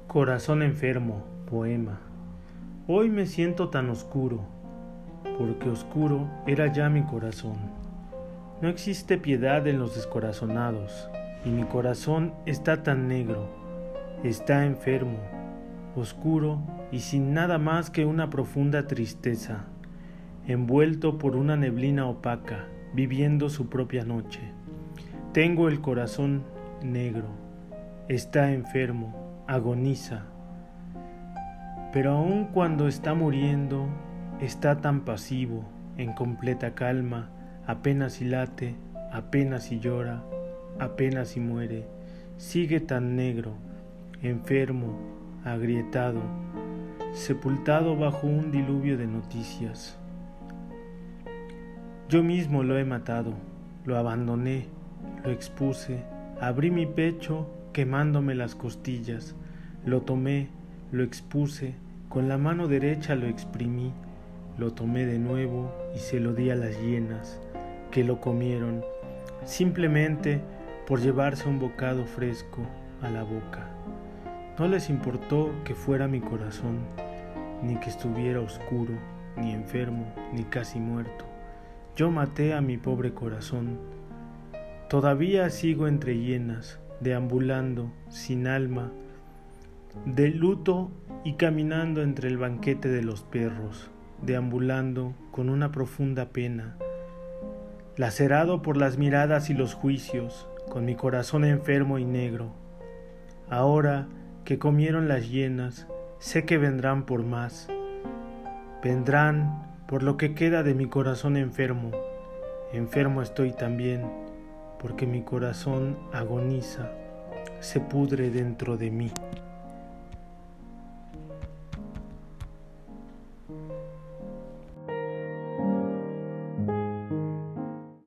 Corazón enfermo, poema. Hoy me siento tan oscuro, porque oscuro era ya mi corazón. No existe piedad en los descorazonados, y mi corazón está tan negro, está enfermo, oscuro y sin nada más que una profunda tristeza, envuelto por una neblina opaca, viviendo su propia noche. Tengo el corazón negro, está enfermo, agoniza, pero aun cuando está muriendo, está tan pasivo, en completa calma, apenas si late, apenas si llora, apenas si muere, sigue tan negro, enfermo, agrietado, sepultado bajo un diluvio de noticias. Yo mismo lo he matado, lo abandoné, lo expuse, abrí mi pecho quemándome las costillas, lo tomé, lo expuse, con la mano derecha lo exprimí, lo tomé de nuevo y se lo di a las hienas, que lo comieron, simplemente por llevarse un bocado fresco a la boca. No les importó que fuera mi corazón, ni que estuviera oscuro, ni enfermo, ni casi muerto. Yo maté a mi pobre corazón. Todavía sigo entre hienas, deambulando, sin alma, de luto y caminando entre el banquete de los perros, deambulando con una profunda pena, lacerado por las miradas y los juicios, con mi corazón enfermo y negro. Ahora que comieron las hienas, sé que vendrán por más, vendrán por lo que queda de mi corazón enfermo. Enfermo estoy también, porque mi corazón agoniza, se pudre dentro de mí.